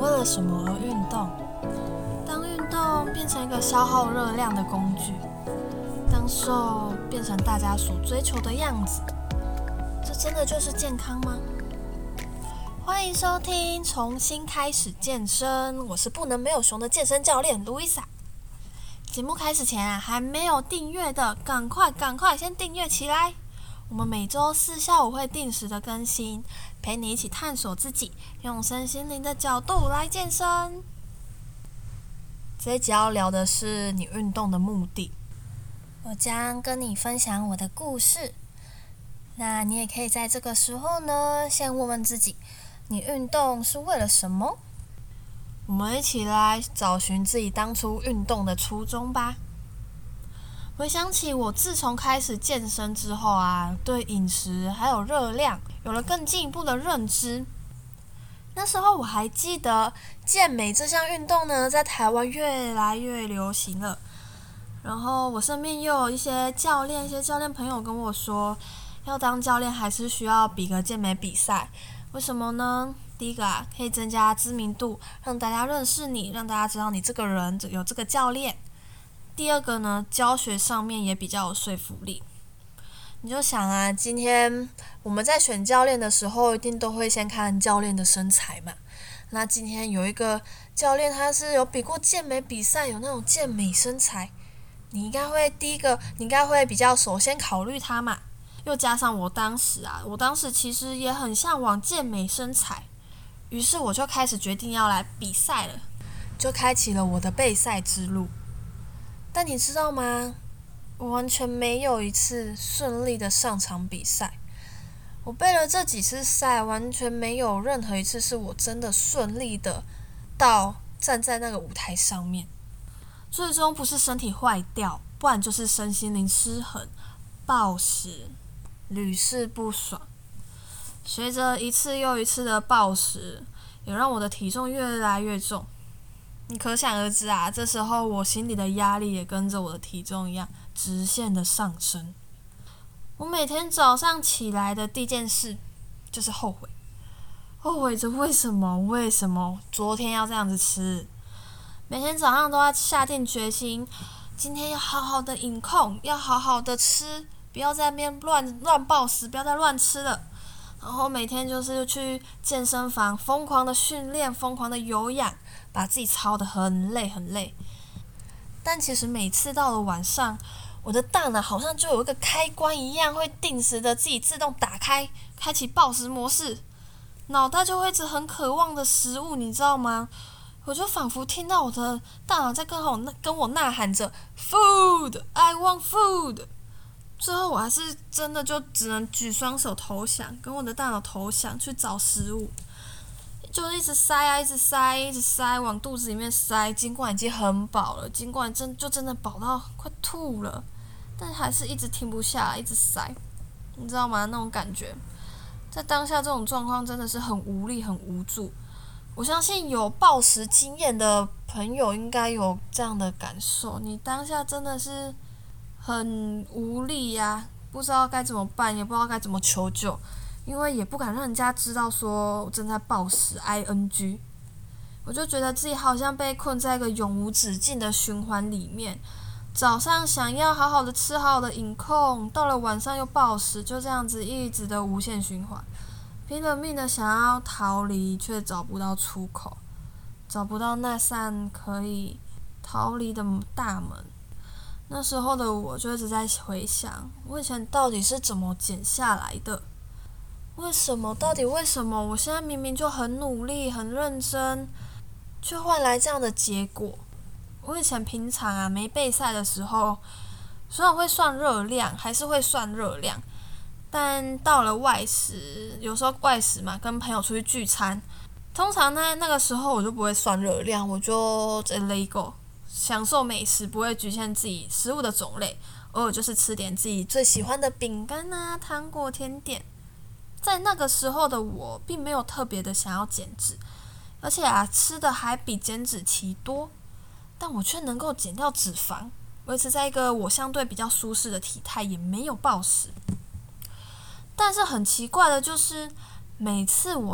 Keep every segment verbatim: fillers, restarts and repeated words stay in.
为了什么而运动？当运动变成一个消耗热量的工具，当瘦变成大家所追求的样子，这真的就是健康吗？欢迎收听重新开始健身，我是不能没有熊的健身教练 Louisa。节目开始前啊，还没有订阅的，赶快赶快先订阅起来！我们每周四下午会定时的更新，陪你一起探索自己，用身心灵的角度来健身。这一集要聊的是你运动的目的，我将跟你分享我的故事。那你也可以在这个时候呢，先问问自己，你运动是为了什么？我们一起来找寻自己当初运动的初衷吧。回想起我自从开始健身之后啊，对饮食还有热量有了更进一步的认知。那时候我还记得健美这项运动呢，在台湾越来越流行了。然后我身边又有一些教练、一些教练朋友跟我说，要当教练还是需要比个健美比赛。为什么呢？第一个啊，可以增加知名度，让大家认识你，让大家知道你这个人有这个教练。第二个呢，教学上面也比较有说服力。你就想啊，今天我们在选教练的时候，一定都会先看教练的身材嘛。那今天有一个教练，他是有比过健美比赛，有那种健美身材，你应该会第一个，你应该会比较首先考虑他嘛。又加上我当时啊，我当时其实也很向往健美身材，于是我就开始决定要来比赛了，就开启了我的备赛之路。但你知道吗？我完全没有一次顺利的上场比赛。我备了这几次赛，完全没有任何一次是我真的顺利的到站在那个舞台上面。最终不是身体坏掉，不然就是身心灵失衡，暴食，屡试不爽。随着一次又一次的暴食，也让我的体重越来越重。你可想而知啊，这时候我心里的压力也跟着我的体重一样直线的上升。我每天早上起来的第一件事就是后悔，后悔着为什么为什么昨天要这样子吃。每天早上都要下定决心，今天要好好的饮控，要好好的吃，不要在那边乱乱暴食，不要再乱吃了。然后每天就是去健身房疯狂的训练，疯狂的有氧，把自己操得很累很累。但其实每次到了晚上，我的大脑好像就有一个开关一样，会定时的自己自动打开，开启暴食模式，脑袋就会一直很渴望的食物，你知道吗？我就仿佛听到我的大脑在跟我跟我呐喊着 Food, I want food。最后我还是真的就只能举双手投降，跟我的大脑投降，去找食物，就一直塞啊，一直塞，一直塞，往肚子里面塞。尽管已经很饱了，尽管真就真的饱到快吐了，但还是一直停不下来，一直塞。你知道吗？那种感觉，在当下这种状况真的是很无力、很无助。我相信有暴食经验的朋友应该有这样的感受，你当下真的是很无力呀、啊，不知道该怎么办，也不知道该怎么求救，因为也不敢让人家知道说我正在暴食 I N G。 我就觉得自己好像被困在一个永无止境的循环里面，早上想要好好的吃，好好的饮控，到了晚上又暴食，就这样子一直的无限循环，拼了命的想要逃离，却找不到出口，找不到那扇可以逃离的大门。那时候的我就一直在回想，我以前到底是怎么减下来的？为什么？到底为什么？我现在明明就很努力、很认真，却换来这样的结果。我以前平常啊没备赛的时候，虽然会算热量，还是会算热量，但到了外食，有时候外食嘛，跟朋友出去聚餐，通常呢那个时候我就不会算热量，我就直接 let go。享受美食，不会局限自己食物的种类，偶尔就是吃点自己最喜欢的饼干啊、糖果、甜点。在那个时候的我，并没有特别的想要减脂，而且啊，吃的还比减脂期多，但我却能够减掉脂肪，维持在一个我相对比较舒适的体态，也没有暴食。但是很奇怪的就是，每次我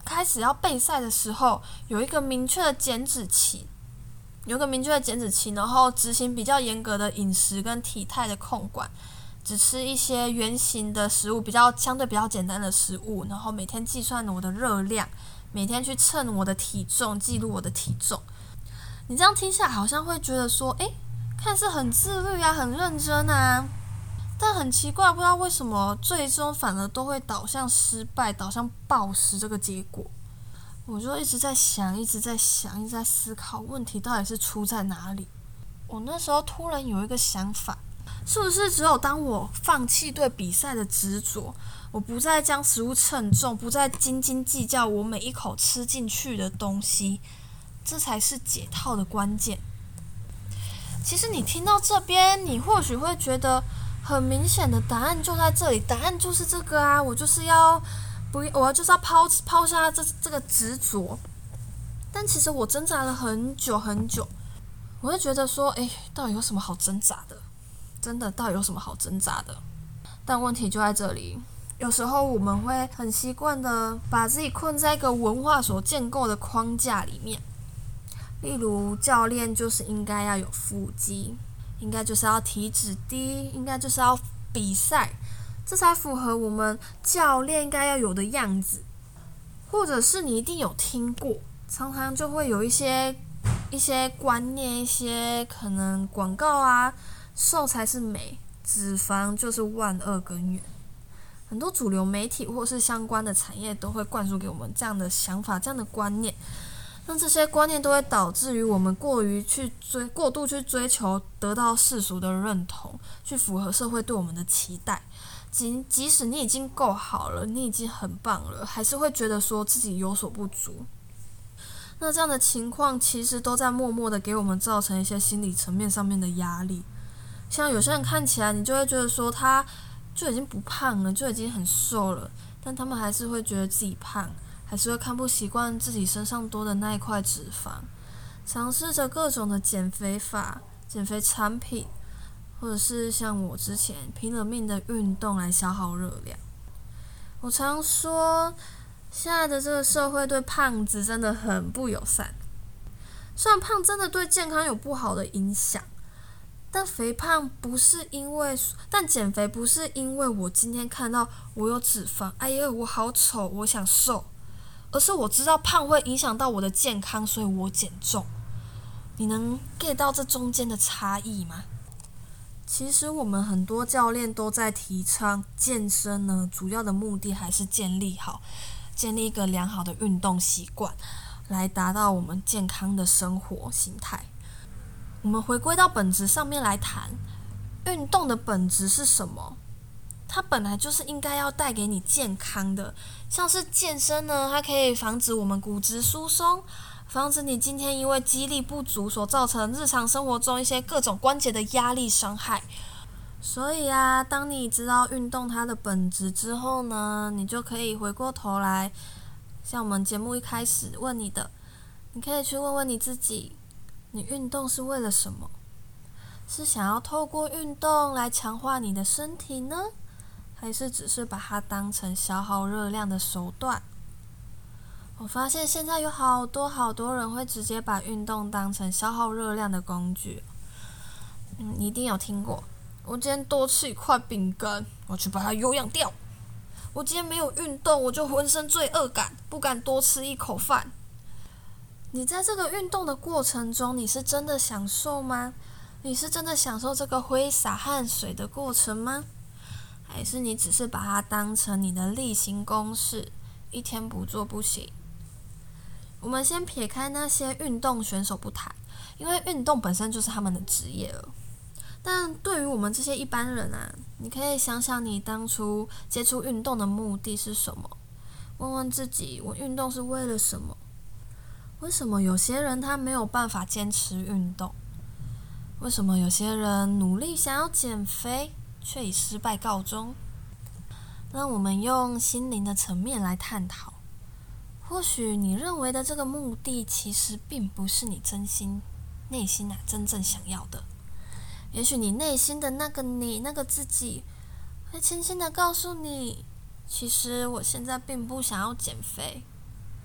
开始要备赛的时候，有一个明确的减脂期，有一个明确的减脂期，然后执行比较严格的饮食跟体态的控管，只吃一些原型的食物，比较相对比较简单的食物，然后每天计算我的热量，每天去称我的体重，记录我的体重。你这样听下来好像会觉得说，诶，看似很自律啊，很认真啊，但很奇怪，不知道为什么最终反而都会导向失败，导向暴食这个结果。我就一直在想，一直在想，一直在思考问题到底是出在哪里。我那时候突然有一个想法，是不是只有当我放弃对比赛的执着，我不再将食物称重，不再斤斤计较我每一口吃进去的东西，这才是解套的关键。其实你听到这边，你或许会觉得很明显的答案就在这里，答案就是这个啊，我就是要不，我要就是要抛抛下这这个执着。但其实我挣扎了很久很久，我会觉得说，诶，到底有什么好挣扎的？真的，到底有什么好挣扎的？但问题就在这里，有时候我们会很习惯的把自己困在一个文化所建构的框架里面。例如，教练就是应该要有腹肌，应该就是要体脂低，应该就是要比赛，这才符合我们教练应该要有的样子。或者是你一定有听过，常常就会有一些一些观念，一些可能广告啊，瘦才是美，脂肪就是万恶根源。很多主流媒体或是相关的产业都会灌输给我们这样的想法，这样的观念。那这些观念都会导致于我们过于去追、过度去追求得到世俗的认同，去符合社会对我们的期待。即即使你已经够好了，你已经很棒了，还是会觉得说自己有所不足。那这样的情况其实都在默默的给我们造成一些心理层面上面的压力。像有些人看起来，你就会觉得说他就已经不胖了，就已经很瘦了，但他们还是会觉得自己胖。还是会看不习惯自己身上多的那一块脂肪，尝试着各种的减肥法、减肥产品，或者是像我之前拼了命的运动来消耗热量。我常说，现在的这个社会对胖子真的很不友善。虽然胖真的对健康有不好的影响，但肥胖不是因为，但减肥不是因为我今天看到我有脂肪，哎呀，我好丑，我想瘦。而是我知道胖会影响到我的健康，所以我减重。你能 get 到这中间的差异吗？其实我们很多教练都在提倡健身呢，主要的目的还是建立好、建立一个良好的运动习惯，来达到我们健康的生活形态。我们回归到本质上面来谈，运动的本质是什么？它本来就是应该要带给你健康的，像是健身呢，它可以防止我们骨质疏松，防止你今天因为肌力不足所造成日常生活中一些各种关节的压力伤害。所以啊，当你知道运动它的本质之后呢，你就可以回过头来，像我们节目一开始问你的，你可以去问问你自己，你运动是为了什么？是想要透过运动来强化你的身体呢？还是只是把它当成消耗热量的手段？我发现现在有好多好多人会直接把运动当成消耗热量的工具。嗯，你一定有听过，我今天多吃一块饼干，我去把它有氧掉。我今天没有运动，我就浑身罪恶感，不敢多吃一口饭。你在这个运动的过程中，你是真的享受吗？你是真的享受这个挥洒汗水的过程吗？还是你只是把它当成你的例行公事，一天不做不行？我们先撇开那些运动选手不谈，因为运动本身就是他们的职业了。但对于我们这些一般人啊，你可以想想你当初接触运动的目的是什么？问问自己，我运动是为了什么？为什么有些人他没有办法坚持运动？为什么有些人努力想要减肥，却以失败告终？让我们用心灵的层面来探讨。或许你认为的这个目的，其实并不是你真心、内心啊真正想要的。也许你内心的那个你、那个自己，会轻轻的告诉你，其实我现在并不想要减肥，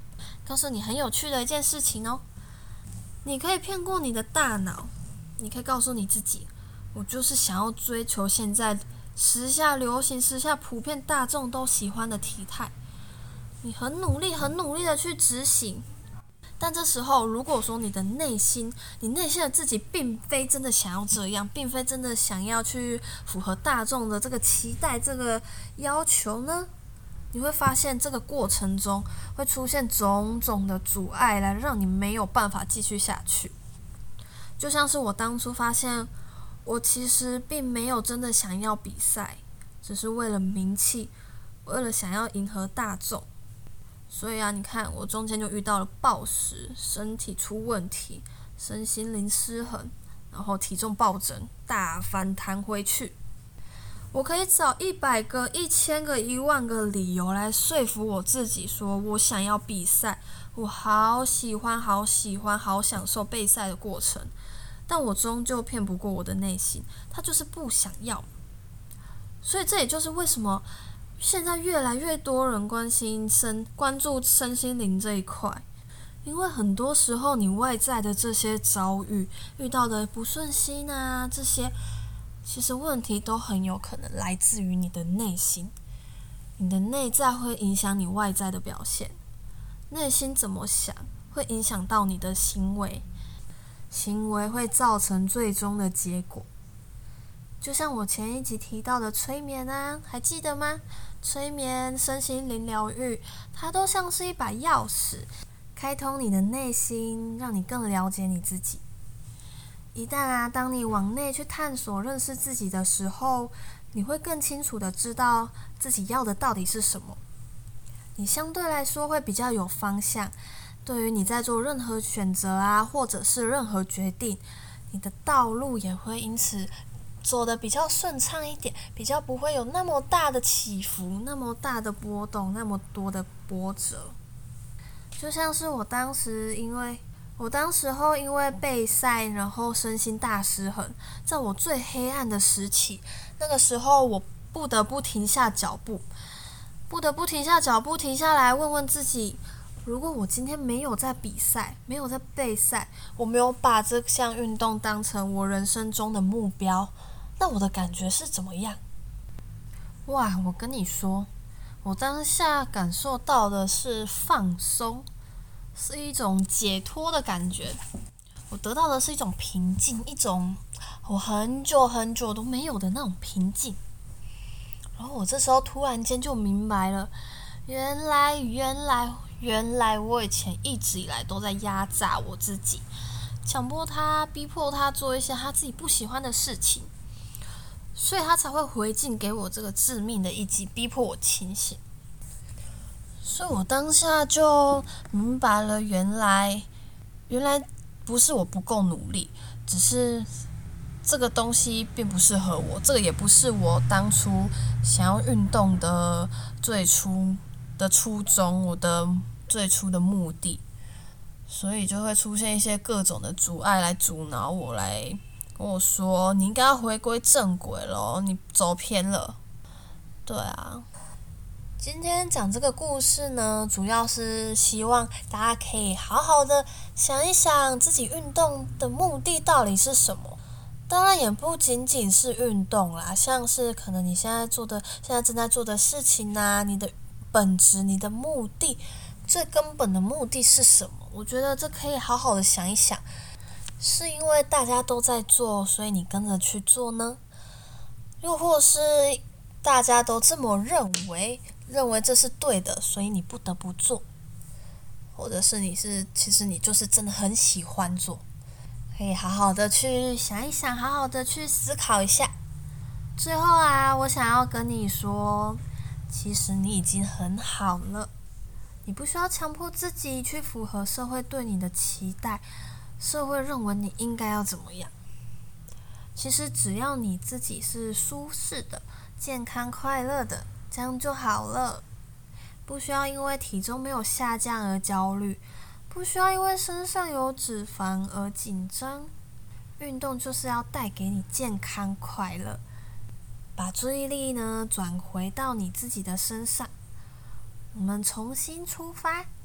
告诉你很有趣的一件事情哦。你可以骗过你的大脑，你可以告诉你自己，我就是想要追求现在时下流行、时下普遍大众都喜欢的体态。你很努力、很努力的去执行，但这时候如果说你的内心，你内心的自己并非真的想要这样，并非真的想要去符合大众的这个期待、这个要求呢，你会发现这个过程中会出现种种的阻碍，来让你没有办法继续下去。就像是我当初发现，我其实并没有真的想要比赛，只是为了名气，为了想要迎合大众。所以啊，你看我中间就遇到了暴食，身体出问题，身心灵失衡，然后体重暴增，大反弹回去。我可以找一百个、一千个、一万个理由来说服我自己，说我想要比赛，我好喜欢、好喜欢、好享受备赛的过程，但我终究骗不过我的内心，他就是不想要。所以这也就是为什么现在越来越多人关心身、关注身心灵这一块，因为很多时候你外在的这些遭遇、遇到的不顺心啊，这些其实问题都很有可能来自于你的内心。你的内在会影响你外在的表现，内心怎么想会影响到你的行为，行为会造成最终的结果。就像我前一集提到的催眠啊，还记得吗？催眠、身心灵疗愈，它都像是一把钥匙，开通你的内心，让你更了解你自己。一旦啊，当你往内去探索、认识自己的时候，你会更清楚的知道自己要的到底是什么。你相对来说会比较有方向，对于你在做任何选择啊，或者是任何决定，你的道路也会因此走得比较顺畅一点，比较不会有那么大的起伏，那么大的波动，那么多的波折。就像是我当时因为我当时候因为备赛，然后身心大失衡，在我最黑暗的时期，那个时候我不得不停下脚步，不得不停下脚步，停下来问问自己，如果我今天没有在比赛，没有在备赛，我没有把这项运动当成我人生中的目标，那我的感觉是怎么样？哇，我跟你说，我当下感受到的是放松，是一种解脱的感觉。我得到的是一种平静，一种我很久很久都没有的那种平静。然后我这时候突然间就明白了，原来原来原来我以前一直以来都在压榨我自己，强迫他，逼迫他做一些他自己不喜欢的事情，所以他才会回敬给我这个致命的一击，逼迫我清醒。所以我当下就明白了，原来原来不是我不够努力，只是这个东西并不适合我，这个也不是我当初想要运动的最初的初衷，我的最初的目的，所以就会出现一些各种的阻碍来阻挠我，来跟我说你应该要回归正轨咯，你走偏了。对啊，今天讲这个故事呢，主要是希望大家可以好好的想一想自己运动的目的到底是什么。当然也不仅仅是运动啦，像是可能你现在做的、现在正在做的事情啊，你的本质、你的目的，最根本的目的是什么？我觉得这可以好好的想一想。是因为大家都在做，所以你跟着去做呢？又或是大家都这么认为，认为这是对的，所以你不得不做？或者是你是，其实你就是真的很喜欢做？可以好好的去想一想，好好的去思考一下。最后啊，我想要跟你说，其实你已经很好了，你不需要强迫自己去符合社会对你的期待，社会认为你应该要怎么样。其实只要你自己是舒适的、健康快乐的，这样就好了。不需要因为体重没有下降而焦虑，不需要因为身上有脂肪而紧张。运动就是要带给你健康快乐，把注意力呢转回到你自己的身上。我们重新出发，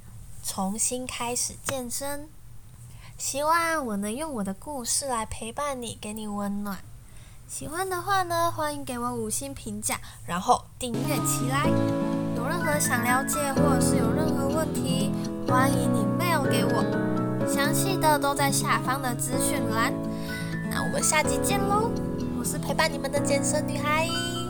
重新开始健身。希望我能用我的故事来陪伴你，给你温暖。喜欢的话呢，欢迎给我五星评价，然后订阅起来。有任何想了解或者是有任何问题，欢迎你 mail 给我，详细的都在下方的资讯栏。那我们下集见喽！我是陪伴你们的健身女孩。